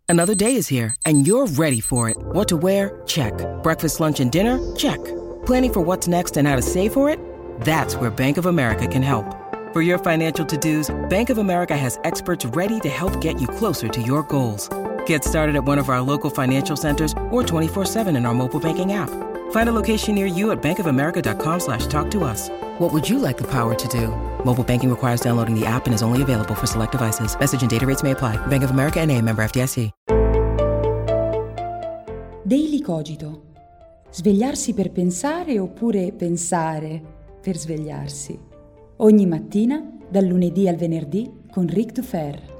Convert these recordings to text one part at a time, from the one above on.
Another day is here, and you're ready for it. What to wear? Check. Breakfast, lunch, and dinner? Check. Planning for what's next and how to save for it? That's where Bank of America can help. For your financial to-dos, Bank of America has experts ready to help get you closer to your goals. Get started at one of our local financial centers or 24/7 in our mobile banking app. Find a location near you at bankofamerica.com/talktous. What would you like the power to do? Mobile banking requires downloading the app and is only available for select devices. Message and data rates may apply. Bank of America N.A., member FDIC. Daily Cogito. Svegliarsi per pensare oppure pensare per svegliarsi. Ogni mattina, dal lunedì al venerdì, con Ric Dufer.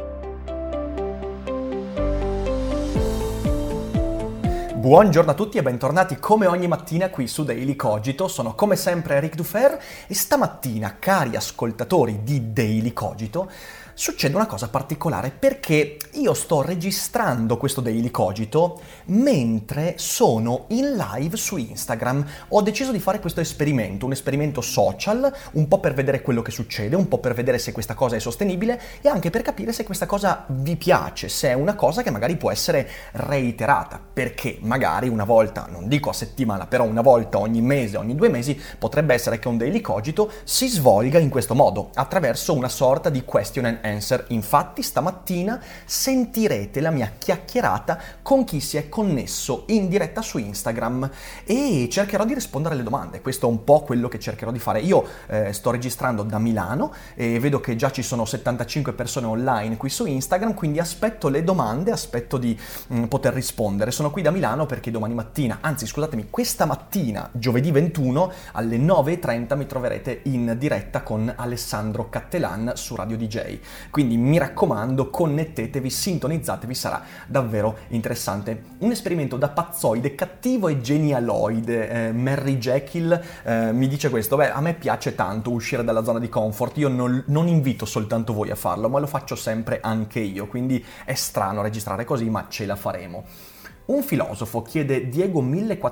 Buongiorno a tutti e bentornati come ogni mattina qui su Daily Cogito. Sono come sempre Ric Dufer e stamattina, cari ascoltatori di Daily Cogito, succede una cosa particolare perché io sto registrando questo Daily Cogito mentre sono in live su Instagram. Ho deciso di fare questo esperimento, un esperimento social, un po' per vedere quello che succede, un po' per vedere se questa cosa è sostenibile e anche per capire se questa cosa vi piace, se è una cosa che magari può essere reiterata, perché magari una volta, non dico a settimana, però una volta ogni mese, ogni 2 mesi, potrebbe essere che un Daily Cogito si svolga in questo modo, attraverso una sorta di question and answer. Infatti stamattina sentirete la mia chiacchierata con chi si è connesso in diretta su Instagram e cercherò di rispondere alle domande. Questo è un po' quello che cercherò di fare. Io sto registrando da Milano e vedo che già ci sono 75 persone online qui su Instagram, quindi aspetto le domande, aspetto di poter rispondere. Sono qui da Milano perché domani mattina, anzi scusatemi, questa mattina, giovedì 21 alle 9:30 mi troverete in diretta con Alessandro Cattelan su Radio DJ. Quindi mi raccomando, connettetevi, sintonizzatevi, sarà davvero interessante. Un esperimento da pazzoide, cattivo e genialoide. Mary Jekyll mi dice questo: beh, a me piace tanto uscire dalla zona di comfort, io non invito soltanto voi a farlo, ma lo faccio sempre anche io, quindi è strano registrare così, ma ce la faremo. Un filosofo, chiede Diego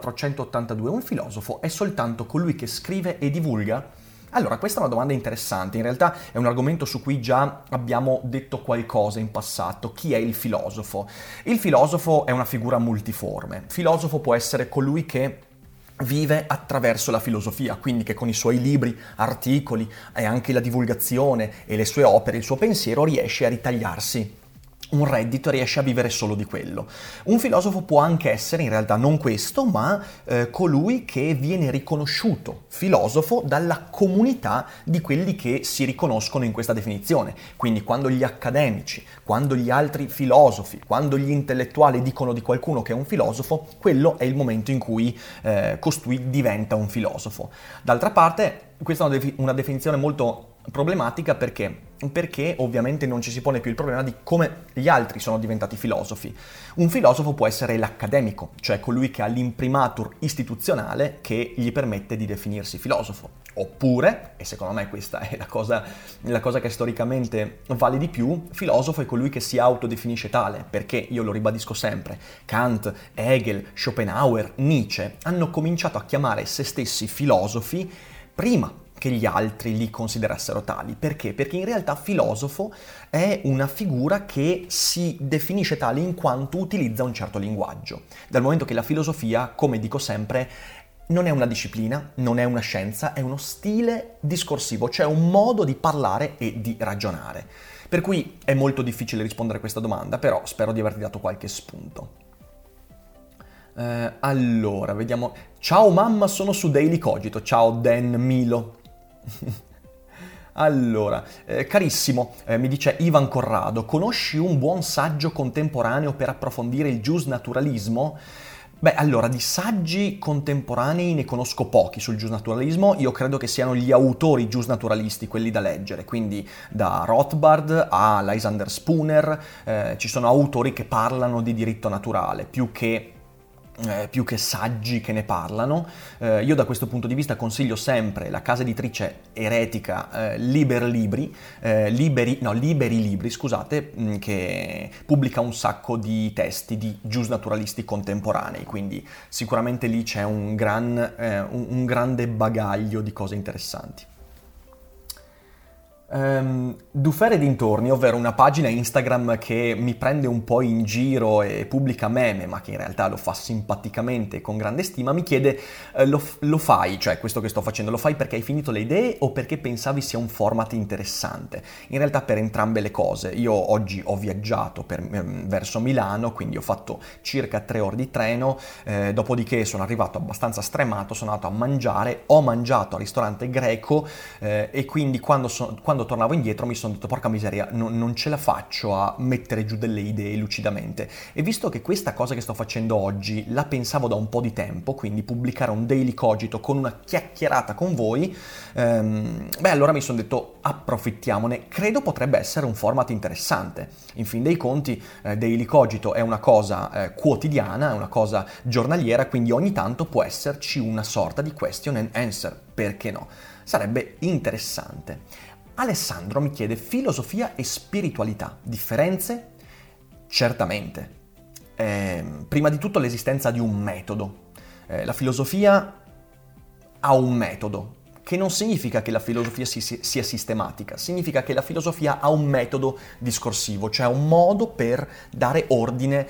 1482, un filosofo è soltanto colui che scrive e divulga? Allora, questa è una domanda interessante, in realtà è un argomento su cui già abbiamo detto qualcosa in passato. Chi è il filosofo? Il filosofo è una figura multiforme. Filosofo può essere colui che vive attraverso la filosofia, quindi che con i suoi libri, articoli e anche la divulgazione e le sue opere, il suo pensiero riesce a ritagliarsi un reddito, riesce a vivere solo di quello. Un filosofo può anche essere, in realtà non questo, ma colui che viene riconosciuto filosofo dalla comunità di quelli che si riconoscono in questa definizione. Quindi quando gli accademici, quando gli altri filosofi, quando gli intellettuali dicono di qualcuno che è un filosofo, quello è il momento in cui costui diventa un filosofo. D'altra parte, questa è una definizione molto problematica perché ovviamente non ci si pone più il problema di come gli altri sono diventati filosofi. Un filosofo può essere l'accademico, cioè colui che ha l'imprimatur istituzionale che gli permette di definirsi filosofo. Oppure, e secondo me questa è la cosa che storicamente vale di più, filosofo è colui che si autodefinisce tale, perché, io lo ribadisco sempre, Kant, Hegel, Schopenhauer, Nietzsche hanno cominciato a chiamare se stessi filosofi prima che gli altri li considerassero tali. Perché? Perché in realtà filosofo è una figura che si definisce tale in quanto utilizza un certo linguaggio. Dal momento che la filosofia, come dico sempre, non è una disciplina, non è una scienza, è uno stile discorsivo, cioè un modo di parlare e di ragionare. Per cui è molto difficile rispondere a questa domanda, però spero di averti dato qualche spunto. Allora, vediamo. Ciao mamma, sono su Daily Cogito. Ciao Dan Milo. Allora, carissimo, mi dice Ivan Corrado, conosci un buon saggio contemporaneo per approfondire il giusnaturalismo? Beh, allora, di saggi contemporanei ne conosco pochi sul giusnaturalismo. Io credo che siano gli autori giusnaturalisti quelli da leggere, quindi da Rothbard a Lysander Spooner, ci sono autori che parlano di diritto naturale, più che saggi che ne parlano. Io da questo punto di vista consiglio sempre la casa editrice eretica Liberi Libri, scusate, che pubblica un sacco di testi di giusnaturalisti contemporanei, quindi sicuramente lì c'è un grande bagaglio di cose interessanti. Dufer e dintorni, ovvero una pagina Instagram che mi prende un po' in giro e pubblica meme, ma che in realtà lo fa simpaticamente e con grande stima, mi chiede lo fai, cioè questo che sto facendo, lo fai perché hai finito le idee o perché pensavi sia un format interessante? In realtà per entrambe le cose. Io oggi ho viaggiato verso Milano, quindi ho fatto circa 3 ore di treno, dopodiché sono arrivato abbastanza stremato, sono andato a mangiare, ho mangiato al ristorante greco e quindi quando tornavo indietro mi sono detto porca miseria, non ce la faccio a mettere giù delle idee lucidamente. E visto che questa cosa che sto facendo oggi la pensavo da un po' di tempo, quindi pubblicare un Daily Cogito con una chiacchierata con voi, allora mi sono detto approfittiamone, credo potrebbe essere un format interessante. In fin dei conti Daily Cogito è una cosa quotidiana, è una cosa giornaliera, quindi ogni tanto può esserci una sorta di question and answer, perché no? Sarebbe interessante. Alessandro mi chiede filosofia e spiritualità, differenze? Certamente. Prima di tutto l'esistenza di un metodo. La filosofia ha un metodo, che non significa che la filosofia sia sistematica, significa che la filosofia ha un metodo discorsivo, cioè un modo per dare ordine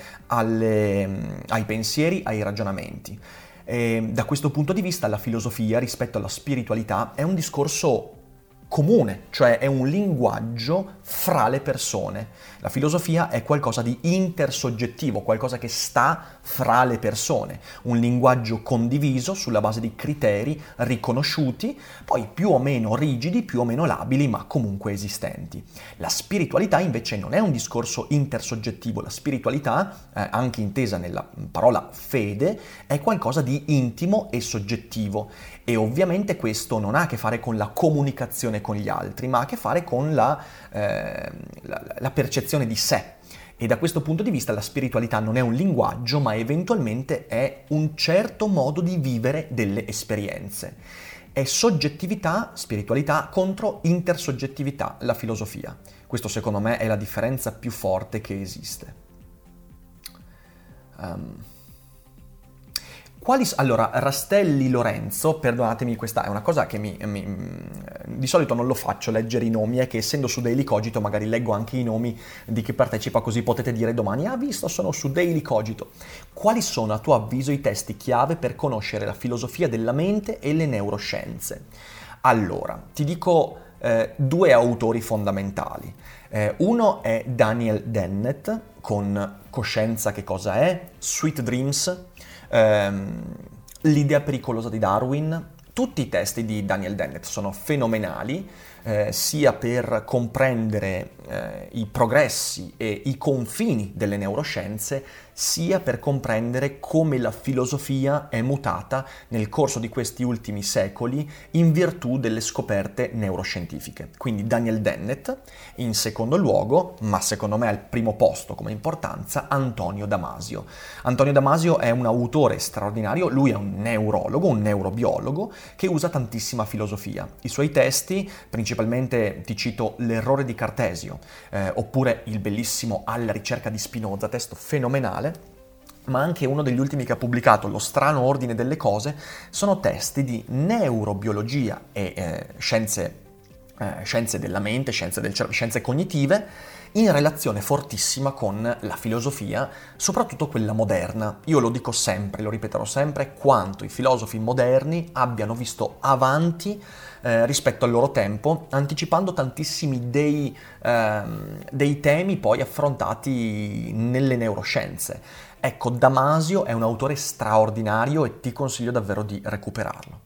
ai pensieri, ai ragionamenti. Da questo punto di vista la filosofia rispetto alla spiritualità è un discorso comune, cioè è un linguaggio fra le persone. La filosofia è qualcosa di intersoggettivo, qualcosa che sta fra le persone, un linguaggio condiviso sulla base di criteri riconosciuti, poi più o meno rigidi, più o meno labili, ma comunque esistenti. La spiritualità invece non è un discorso intersoggettivo, la spiritualità, anche intesa nella parola fede, è qualcosa di intimo e soggettivo. E ovviamente questo non ha a che fare con la comunicazione con gli altri, ma ha a che fare con la percezione di sé. E da questo punto di vista la spiritualità non è un linguaggio, ma eventualmente è un certo modo di vivere delle esperienze. È soggettività, spiritualità, contro intersoggettività, la filosofia. Questo secondo me è la differenza più forte che esiste. Allora, Rastelli Lorenzo, perdonatemi, questa è una cosa che di solito non lo faccio, leggere i nomi, è che essendo su Daily Cogito magari leggo anche i nomi di chi partecipa, così potete dire domani, visto, sono su Daily Cogito. Quali sono a tuo avviso i testi chiave per conoscere la filosofia della mente e le neuroscienze? Allora, ti dico 2 autori fondamentali. Uno è Daniel Dennett, con Coscienza che cosa è, Sweet Dreams, L'idea pericolosa di Darwin. Tutti i testi di Daniel Dennett sono fenomenali, sia per comprendere i progressi e i confini delle neuroscienze, sia per comprendere come la filosofia è mutata nel corso di questi ultimi secoli in virtù delle scoperte neuroscientifiche. Quindi Daniel Dennett, in secondo luogo, ma secondo me al primo posto come importanza, Antonio Damasio. Antonio Damasio è un autore straordinario, lui è un neurologo, un neurobiologo, che usa tantissima filosofia. I suoi testi, principalmente ti cito L'errore di Cartesio, oppure il bellissimo Alla ricerca di Spinoza, testo fenomenale, ma anche uno degli ultimi che ha pubblicato, Lo strano ordine delle cose, sono testi di neurobiologia e scienze della mente, scienze del cervello, scienze cognitive, in relazione fortissima con la filosofia, soprattutto quella moderna. Io lo dico sempre, lo ripeterò sempre, quanto i filosofi moderni abbiano visto avanti rispetto al loro tempo, anticipando tantissimi dei temi poi affrontati nelle neuroscienze. Ecco, Damasio è un autore straordinario e ti consiglio davvero di recuperarlo.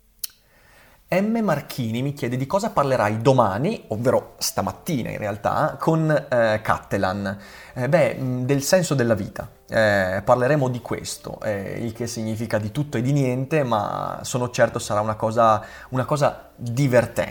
M. Marchini mi chiede di cosa parlerai domani, ovvero stamattina in realtà, con Cattelan. Del senso della vita. Parleremo di questo, il che significa di tutto e di niente, ma sono certo sarà una cosa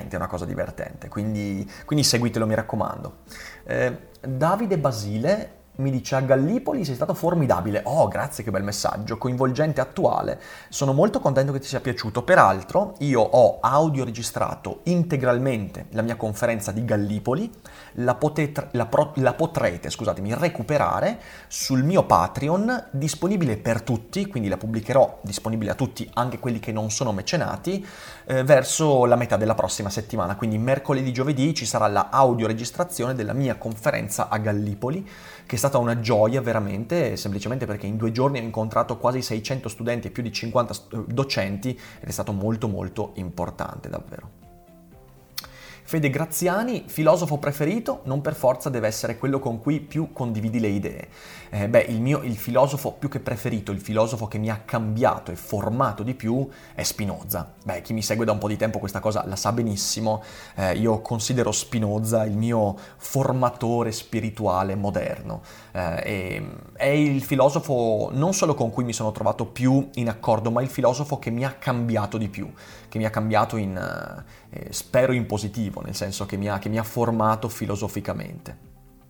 divertente, quindi seguitelo, mi raccomando. Davide Basile Mi dice: a Gallipoli sei stato formidabile. Oh, grazie, che bel messaggio, coinvolgente, attuale. Sono molto contento che ti sia piaciuto. Peraltro, io ho audio registrato integralmente la mia conferenza di Gallipoli, la potrete, scusatemi, recuperare sul mio Patreon, disponibile per tutti, quindi la pubblicherò disponibile a tutti, anche quelli che non sono mecenati, verso la metà della prossima settimana. Quindi mercoledì, giovedì ci sarà la audio registrazione della mia conferenza a Gallipoli, che è stata una gioia veramente, semplicemente perché in 2 giorni ho incontrato quasi 600 studenti e più di 50 docenti ed è stato molto molto importante, davvero. Fede Graziani, filosofo preferito, non per forza deve essere quello con cui più condividi le idee. Il filosofo più che preferito, il filosofo che mi ha cambiato e formato di più è Spinoza. Chi mi segue da un po' di tempo questa cosa la sa benissimo. Io considero Spinoza il mio formatore spirituale moderno. È il filosofo non solo con cui mi sono trovato più in accordo, ma il filosofo che mi ha cambiato di più, che mi ha cambiato spero in positivo, nel senso che mi ha formato filosoficamente.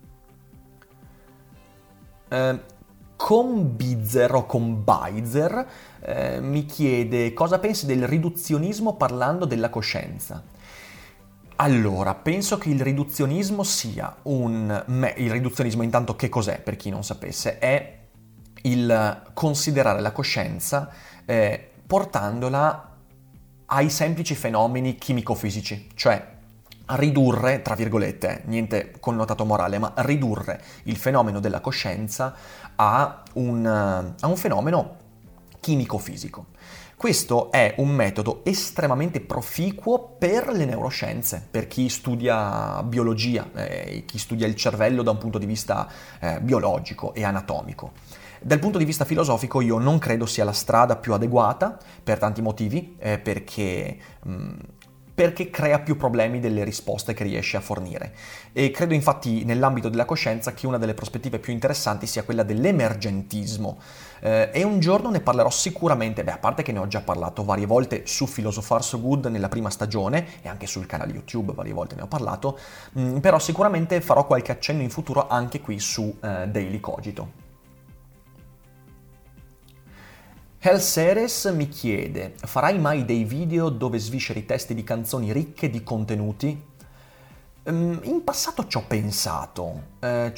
Combizer o Combizer mi chiede cosa pensi del riduzionismo parlando della coscienza. Allora, penso che il riduzionismo sia il riduzionismo, intanto, che cos'è, per chi non sapesse? È il considerare la coscienza portandola ai semplici fenomeni chimico-fisici, cioè ridurre, tra virgolette, niente connotato morale, ma ridurre il fenomeno della coscienza a un fenomeno chimico-fisico. Questo è un metodo estremamente proficuo per le neuroscienze, per chi studia biologia, chi studia il cervello da un punto di vista biologico e anatomico. Dal punto di vista filosofico io non credo sia la strada più adeguata per tanti motivi, perché crea più problemi delle risposte che riesce a fornire. E credo infatti nell'ambito della coscienza che una delle prospettive più interessanti sia quella dell'emergentismo. E un giorno ne parlerò sicuramente, a parte che ne ho già parlato varie volte su Philosopher So Good nella prima stagione e anche sul canale YouTube varie volte ne ho parlato, però sicuramente farò qualche accenno in futuro anche qui su Daily Cogito. Helseres mi chiede: farai mai dei video dove svisceri testi di canzoni ricche di contenuti? In passato ci ho pensato,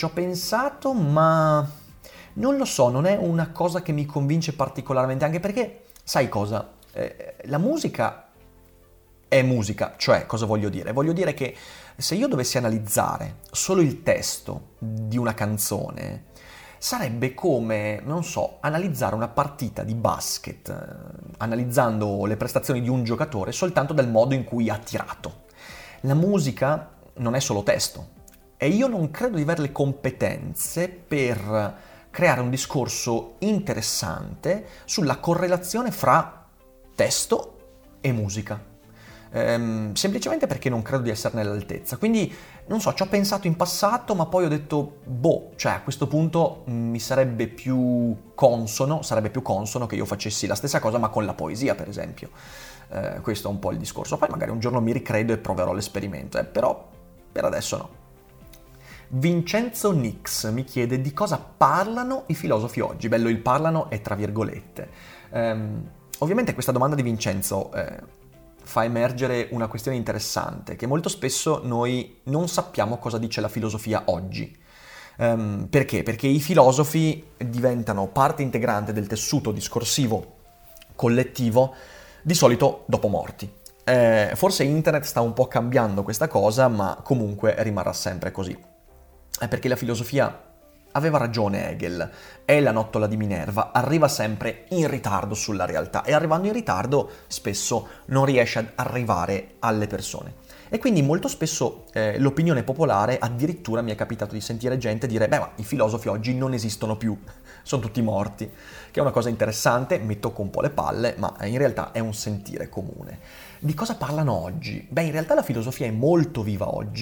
ma non lo so, non è una cosa che mi convince particolarmente, anche perché, sai cosa? La musica è musica, cioè cosa voglio dire? Voglio dire che se io dovessi analizzare solo il testo di una canzone, sarebbe come, non so, analizzare una partita di basket, analizzando le prestazioni di un giocatore soltanto dal modo in cui ha tirato. La musica non è solo testo e io non credo di avere le competenze per creare un discorso interessante sulla correlazione fra testo e musica. Semplicemente perché non credo di esserne all'altezza. Quindi, non so, ci ho pensato in passato, ma poi ho detto, cioè a questo punto mi sarebbe più consono che io facessi la stessa cosa, ma con la poesia, per esempio. Questo è un po' il discorso. Poi magari un giorno mi ricredo e proverò l'esperimento, però per adesso no. Vincenzo Nix mi chiede di cosa parlano i filosofi oggi. Bello, il parlano è tra virgolette. Ovviamente questa domanda di Vincenzo fa emergere una questione interessante, che molto spesso noi non sappiamo cosa dice la filosofia oggi. Perché? Perché i filosofi diventano parte integrante del tessuto discorsivo collettivo, di solito dopo morti. Forse internet sta un po' cambiando questa cosa, ma comunque rimarrà sempre così. Perché la filosofia, aveva ragione Hegel, è la nottola di Minerva, arriva sempre in ritardo sulla realtà e arrivando in ritardo spesso non riesce ad arrivare alle persone. E quindi molto spesso l'opinione popolare, addirittura mi è capitato di sentire gente dire ma i filosofi oggi non esistono più, sono tutti morti, che è una cosa interessante, mi tocco un po' le palle, ma in realtà è un sentire comune. Di cosa parlano oggi? In realtà la filosofia è molto viva oggi,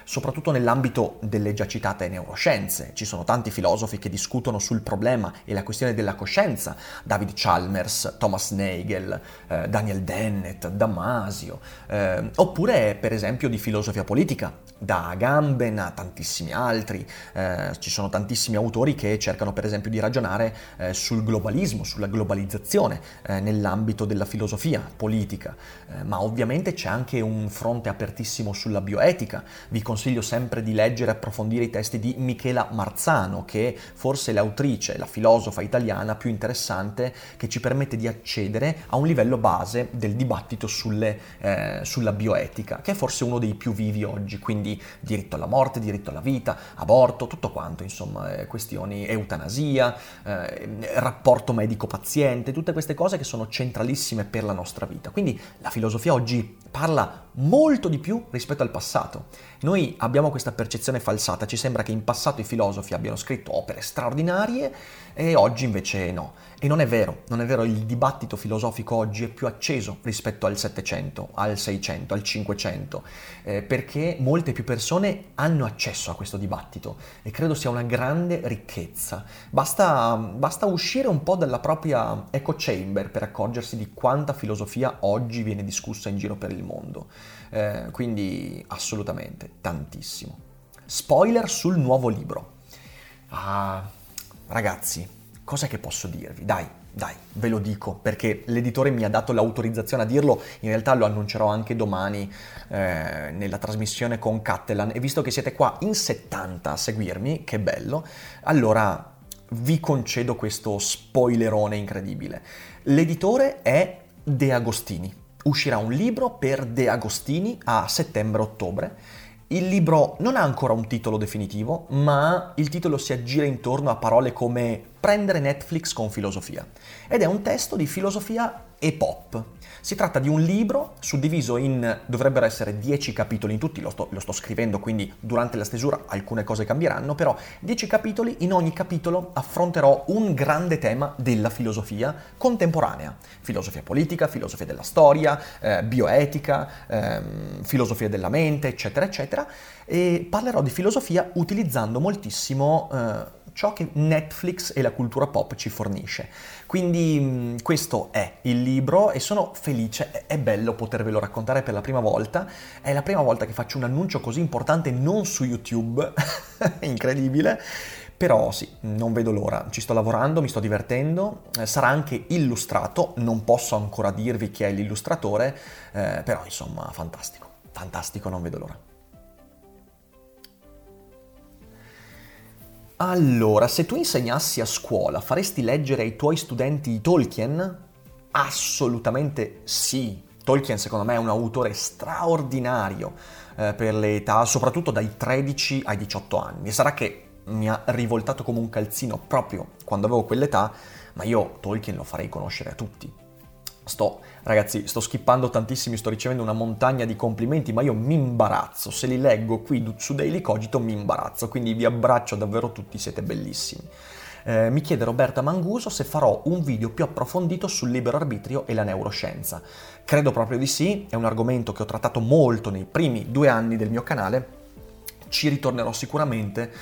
soprattutto nell'ambito delle già citate neuroscienze. Ci sono tanti filosofi che discutono sul problema e la questione della coscienza, David Chalmers, Thomas Nagel, Daniel Dennett, Damasio, oppure per esempio di filosofia politica, da Agamben a tantissimi altri. Ci sono tantissimi autori che cercano per esempio di ragionare sul globalismo, sulla globalizzazione nell'ambito della filosofia politica, ma ovviamente c'è anche un fronte apertissimo sulla bioetica. Vi consiglio sempre di leggere e approfondire i testi di Michela Marzano, che forse è l'autrice, la filosofa italiana più interessante, che ci permette di accedere a un livello base del dibattito sulla bioetica, che è forse uno dei più vivi oggi, quindi diritto alla morte, diritto alla vita, aborto, tutto quanto, insomma, questioni, eutanasia, rapporto medico-paziente, tutte queste cose che sono centralissime per la nostra vita. Quindi la filosofia oggi parla molto di più rispetto al passato. Noi abbiamo questa percezione falsata, ci sembra che in passato i filosofi abbiano scritto opere straordinarie e oggi invece no. E non è vero, il dibattito filosofico oggi è più acceso rispetto al 700, al 600, al 500, perché molte più persone hanno accesso a questo dibattito e credo sia una grande ricchezza. Basta uscire un po' dalla propria echo chamber per accorgersi di quanta filosofia oggi viene discussa in giro per il mondo. Quindi assolutamente, tantissimo. Spoiler sul nuovo libro. Ragazzi, cos'è che posso dirvi? Dai, ve lo dico, perché l'editore mi ha dato l'autorizzazione a dirlo, in realtà lo annuncerò anche domani nella trasmissione con Cattelan, e visto che siete qua in 70 a seguirmi, che bello, allora vi concedo questo spoilerone incredibile. L'editore è De Agostini. Uscirà un libro per De Agostini a settembre-ottobre. Il libro non ha ancora un titolo definitivo, ma il titolo si aggira intorno a parole come prendere Netflix con filosofia. Ed è un testo di filosofia e pop. Si tratta di un libro suddiviso dovrebbero essere 10 capitoli in tutti, lo sto scrivendo, quindi durante la stesura alcune cose cambieranno, però 10 capitoli, in ogni capitolo affronterò un grande tema della filosofia contemporanea. Filosofia politica, filosofia della storia, bioetica, filosofia della mente, eccetera, eccetera, e parlerò di filosofia utilizzando moltissimo ciò che Netflix e la cultura pop ci fornisce. Quindi questo è il libro e sono felice, è bello potervelo raccontare per la prima volta, è la prima volta che faccio un annuncio così importante non su YouTube, incredibile, però sì, non vedo l'ora, ci sto lavorando, mi sto divertendo, sarà anche illustrato, non posso ancora dirvi chi è l'illustratore, però insomma fantastico, non vedo l'ora. Allora, se tu insegnassi a scuola, faresti leggere ai tuoi studenti Tolkien? Assolutamente sì. Tolkien secondo me è un autore straordinario per le età, soprattutto dai 13 ai 18 anni. E sarà che mi ha rivoltato come un calzino proprio quando avevo quell'età, ma io Tolkien lo farei conoscere a tutti. Ragazzi, sto skippando tantissimi, sto ricevendo una montagna di complimenti, ma io mi imbarazzo, se li leggo qui su Daily Cogito mi imbarazzo, quindi vi abbraccio davvero tutti, siete bellissimi. Mi chiede Roberta Manguso se farò un video più approfondito sul libero arbitrio e la neuroscienza. Credo proprio di sì, è un argomento che ho trattato molto nei primi 2 anni del mio canale, ci ritornerò sicuramente,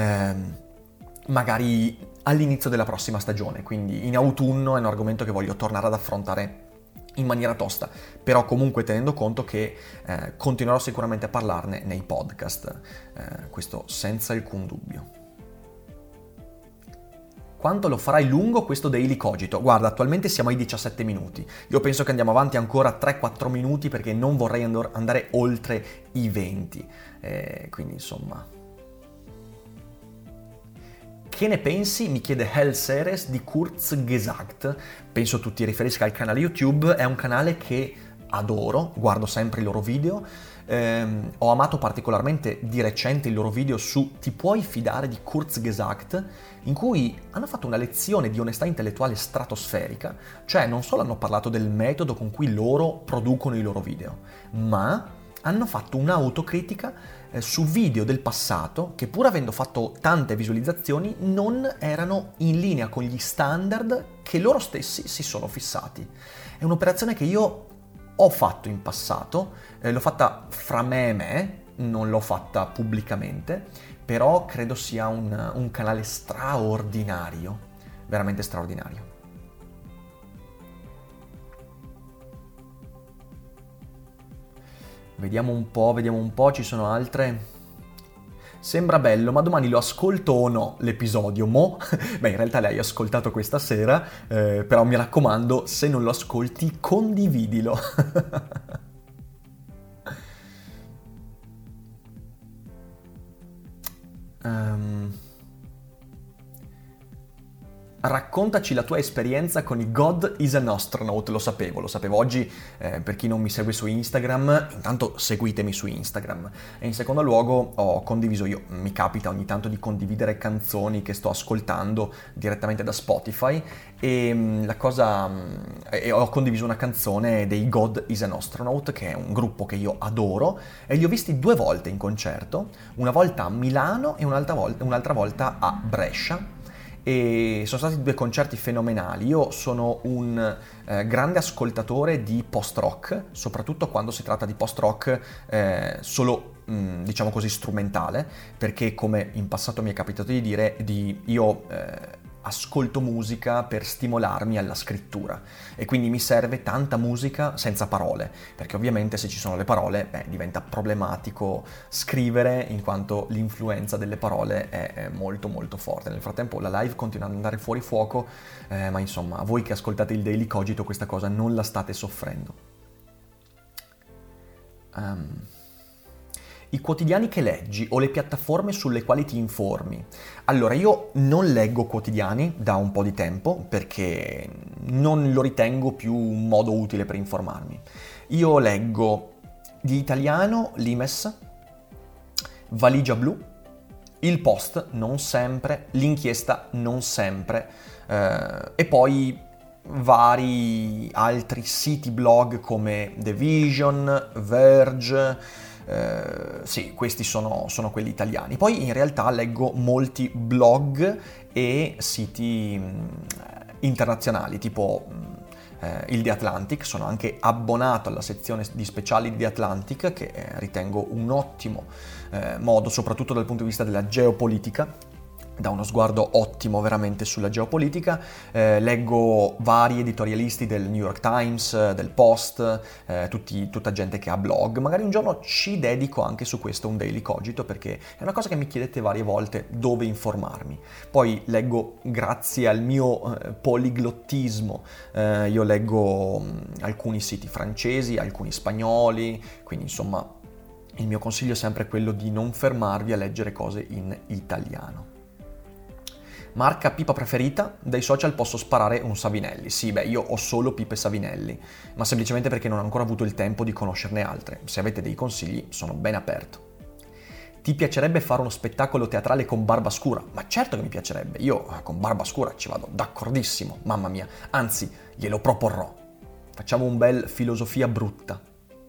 magari all'inizio della prossima stagione, quindi in autunno è un argomento che voglio tornare ad affrontare in maniera tosta, però comunque tenendo conto che continuerò sicuramente a parlarne nei podcast, questo senza alcun dubbio. Quanto lo farai lungo questo Daily Cogito? Guarda, attualmente siamo ai 17 minuti, io penso che andiamo avanti ancora 3-4 minuti perché non vorrei andare oltre i 20, quindi insomma... Che ne pensi, mi chiede Hell Seres, di Kurzgesagt? Penso tu ti riferisca al canale YouTube, è un canale che adoro, guardo sempre i loro video, ho amato particolarmente di recente il loro video su Ti puoi fidare di Kurzgesagt, in cui hanno fatto una lezione di onestà intellettuale stratosferica, cioè non solo hanno parlato del metodo con cui loro producono i loro video, ma hanno fatto un'autocritica su video del passato che, pur avendo fatto tante visualizzazioni, non erano in linea con gli standard che loro stessi si sono fissati. È un'operazione che io ho fatto in passato, l'ho fatta fra me e me, non l'ho fatta pubblicamente, però credo sia un canale straordinario, veramente straordinario. Vediamo un po', ci sono altre. Sembra bello, ma domani lo ascolto o no l'episodio? Beh, in realtà l'hai ascoltato questa sera, però mi raccomando, se non lo ascolti, condividilo. Raccontaci la tua esperienza con i God is an Astronaut. Lo sapevo oggi. Per chi non mi segue su Instagram, intanto seguitemi su Instagram. E in secondo luogo ho condiviso, mi capita ogni tanto di condividere canzoni che sto ascoltando direttamente da Spotify, e ho condiviso una canzone dei God is an Astronaut, che è un gruppo che io adoro, e li ho visti 2 volte in concerto, una volta a Milano e un'altra volta a Brescia. E sono stati 2 concerti fenomenali. Io sono un grande ascoltatore di post-rock, soprattutto quando si tratta di post-rock solo, diciamo così, strumentale, perché come in passato mi è capitato di dire, io ascolto musica per stimolarmi alla scrittura, e quindi mi serve tanta musica senza parole, perché ovviamente se ci sono le parole diventa problematico scrivere, in quanto l'influenza delle parole è molto molto forte. Nel frattempo la live continua ad andare fuori fuoco, ma insomma, voi che ascoltate il Daily Cogito questa cosa non la state soffrendo. I quotidiani che leggi o le piattaforme sulle quali ti informi. Allora, io non leggo quotidiani da un po' di tempo perché non lo ritengo più un modo utile per informarmi. Io leggo di italiano l'Imes, Valigia Blu, Il Post non sempre, L'Inchiesta non sempre, e poi vari altri siti blog come The Vision, Verge. Sì, questi sono quelli italiani. Poi in realtà leggo molti blog e siti internazionali, tipo il The Atlantic. Sono anche abbonato alla sezione di speciali di The Atlantic, che ritengo un ottimo modo, soprattutto dal punto di vista della geopolitica, da uno sguardo ottimo veramente sulla geopolitica. Leggo vari editorialisti del New York Times, del Post, tutta gente che ha blog. Magari un giorno ci dedico anche su questo un Daily Cogito, perché è una cosa che mi chiedete varie volte dove informarmi. Poi leggo, grazie al mio poliglottismo, io leggo alcuni siti francesi, alcuni spagnoli, quindi insomma il mio consiglio è sempre quello di non fermarvi a leggere cose in italiano. Marca pipa preferita? Dai social posso sparare un Savinelli. Sì, io ho solo pipe Savinelli, ma semplicemente perché non ho ancora avuto il tempo di conoscerne altre. Se avete dei consigli, sono ben aperto. Ti piacerebbe fare uno spettacolo teatrale con barba scura? Ma certo che mi piacerebbe. Io con barba scura ci vado d'accordissimo, mamma mia. Anzi, glielo proporrò. Facciamo un bel filosofia brutta.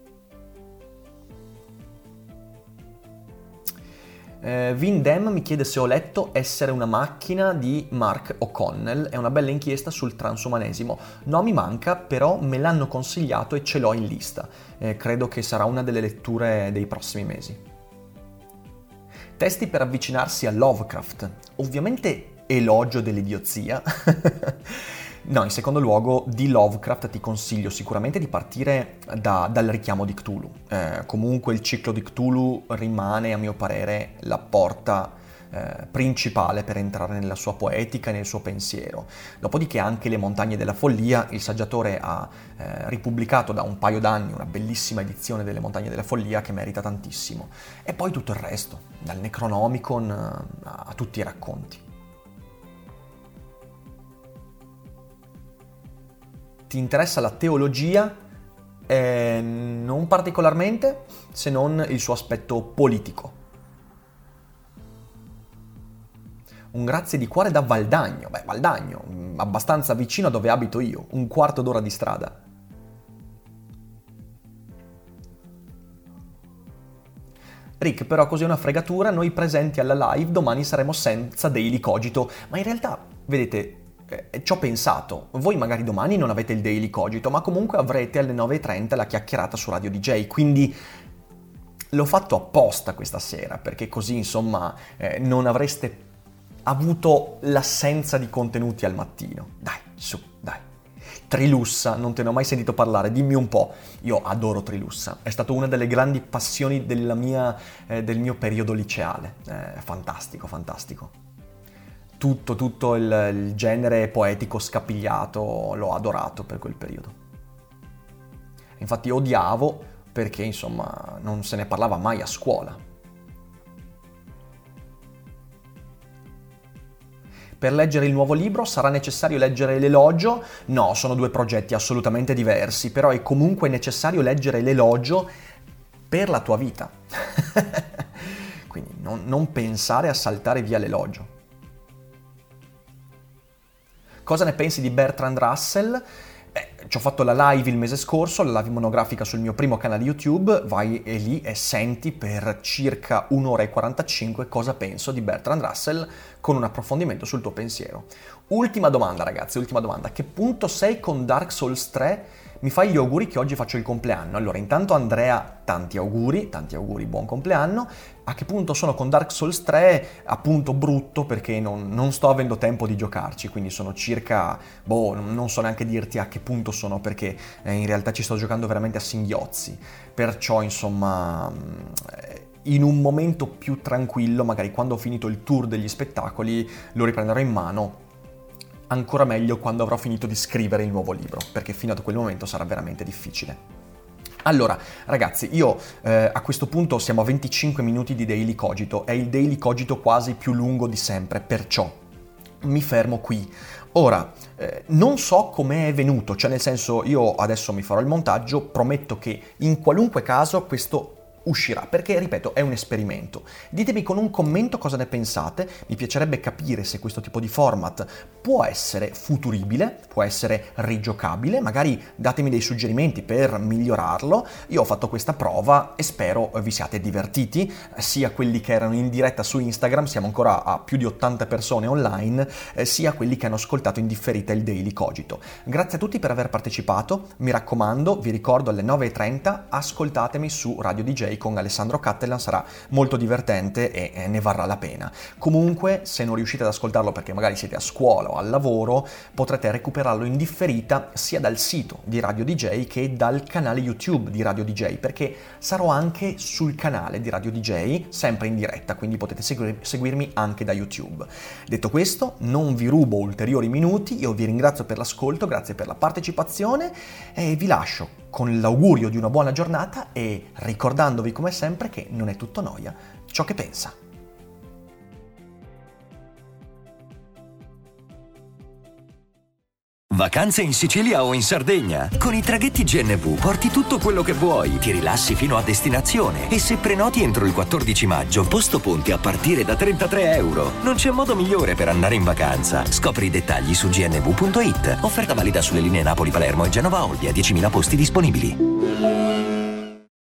Vin Dem mi chiede se ho letto Essere una macchina di Mark O'Connell. È una bella inchiesta sul transumanesimo. No, mi manca, però me l'hanno consigliato e ce l'ho in lista. Credo che sarà una delle letture dei prossimi mesi. Testi per avvicinarsi a Lovecraft. Ovviamente elogio dell'idiozia. No, in secondo luogo di Lovecraft ti consiglio sicuramente di partire dal richiamo di Cthulhu. Comunque il ciclo di Cthulhu rimane, a mio parere, la porta principale per entrare nella sua poetica e nel suo pensiero. Dopodiché anche Le montagne della follia, il saggiatore ha ripubblicato da un paio d'anni una bellissima edizione delle montagne della follia che merita tantissimo. E poi tutto il resto, dal Necronomicon a tutti i racconti. Ti interessa la teologia? Non particolarmente, se non il suo aspetto politico. Un grazie di cuore da Valdagno. Valdagno, abbastanza vicino a dove abito io, un quarto d'ora di strada. Rick, però così è una fregatura, noi presenti alla live domani saremo senza Daily Cogito, ma in realtà, vedete, ci ho pensato, voi magari domani non avete il Daily Cogito, ma comunque avrete alle 9:30 la chiacchierata su Radio DJ, quindi L'ho fatto apposta questa sera, perché così insomma non avreste avuto l'assenza di contenuti al mattino. Dai, su, dai. Trilussa, non te ne ho mai sentito parlare, dimmi un po'. Io adoro Trilussa, è stata una delle grandi passioni del mio periodo liceale. Fantastico, fantastico. Tutto il genere poetico scapigliato l'ho adorato per quel periodo. Infatti odiavo perché insomma non se ne parlava mai a scuola. Per leggere il nuovo libro sarà necessario leggere l'elogio? No, sono due progetti assolutamente diversi, però è comunque necessario leggere l'elogio per la tua vita. Quindi non pensare a saltare via l'elogio. Cosa ne pensi di Bertrand Russell? Ci ho fatto la live il mese scorso, la live monografica sul mio primo canale YouTube, vai lì e senti per circa 1 ora e 45 cosa penso di Bertrand Russell con un approfondimento sul tuo pensiero. Ultima domanda ragazzi, ultima domanda, a che punto sei con Dark Souls 3? Mi fai gli auguri che oggi faccio il compleanno. Allora, intanto Andrea, tanti auguri, buon compleanno. A che punto sono con Dark Souls 3? Appunto brutto perché non sto avendo tempo di giocarci, quindi sono circa, non so neanche dirti a che punto sono perché in realtà ci sto giocando veramente a singhiozzi. Perciò, insomma, in un momento più tranquillo, magari quando ho finito il tour degli spettacoli, lo riprenderò in mano. Ancora meglio quando avrò finito di scrivere il nuovo libro, perché fino a quel momento sarà veramente difficile. Allora, ragazzi, io a questo punto siamo a 25 minuti di Daily Cogito, è il Daily Cogito quasi più lungo di sempre, perciò mi fermo qui. Ora, non so come è venuto, cioè nel senso io adesso mi farò il montaggio, prometto che in qualunque caso questo uscirà, perché ripeto è un esperimento. Ditemi con un commento cosa ne pensate, mi piacerebbe capire se questo tipo di format può essere futuribile, può essere rigiocabile, magari datemi dei suggerimenti per migliorarlo. Io ho fatto questa prova e spero vi siate divertiti, sia quelli che erano in diretta su Instagram, siamo ancora a più di 80 persone online, sia quelli che hanno ascoltato in differita il Daily Cogito. Grazie a tutti per aver partecipato, mi raccomando, vi ricordo alle 9:30 ascoltatemi su Radio DJ con Alessandro Cattelan, sarà molto divertente e ne varrà la pena. Comunque, se non riuscite ad ascoltarlo perché magari siete a scuola o al lavoro, potrete recuperarlo in differita sia dal sito di Radio DJ che dal canale YouTube di Radio DJ, perché sarò anche sul canale di Radio DJ, sempre in diretta, quindi potete seguirmi anche da YouTube. Detto questo, non vi rubo ulteriori minuti, io vi ringrazio per l'ascolto, grazie per la partecipazione e vi lascio con l'augurio di una buona giornata e ricordandovi come sempre che non è tutto noia ciò che pensa. Vacanze in Sicilia o in Sardegna? Con i traghetti GNV porti tutto quello che vuoi, ti rilassi fino a destinazione e se prenoti entro il 14 maggio, posto ponti a partire da €33. Non c'è modo migliore per andare in vacanza. Scopri i dettagli su gnv.it. Offerta valida sulle linee Napoli-Palermo e Genova-Olbia, 10.000 posti disponibili.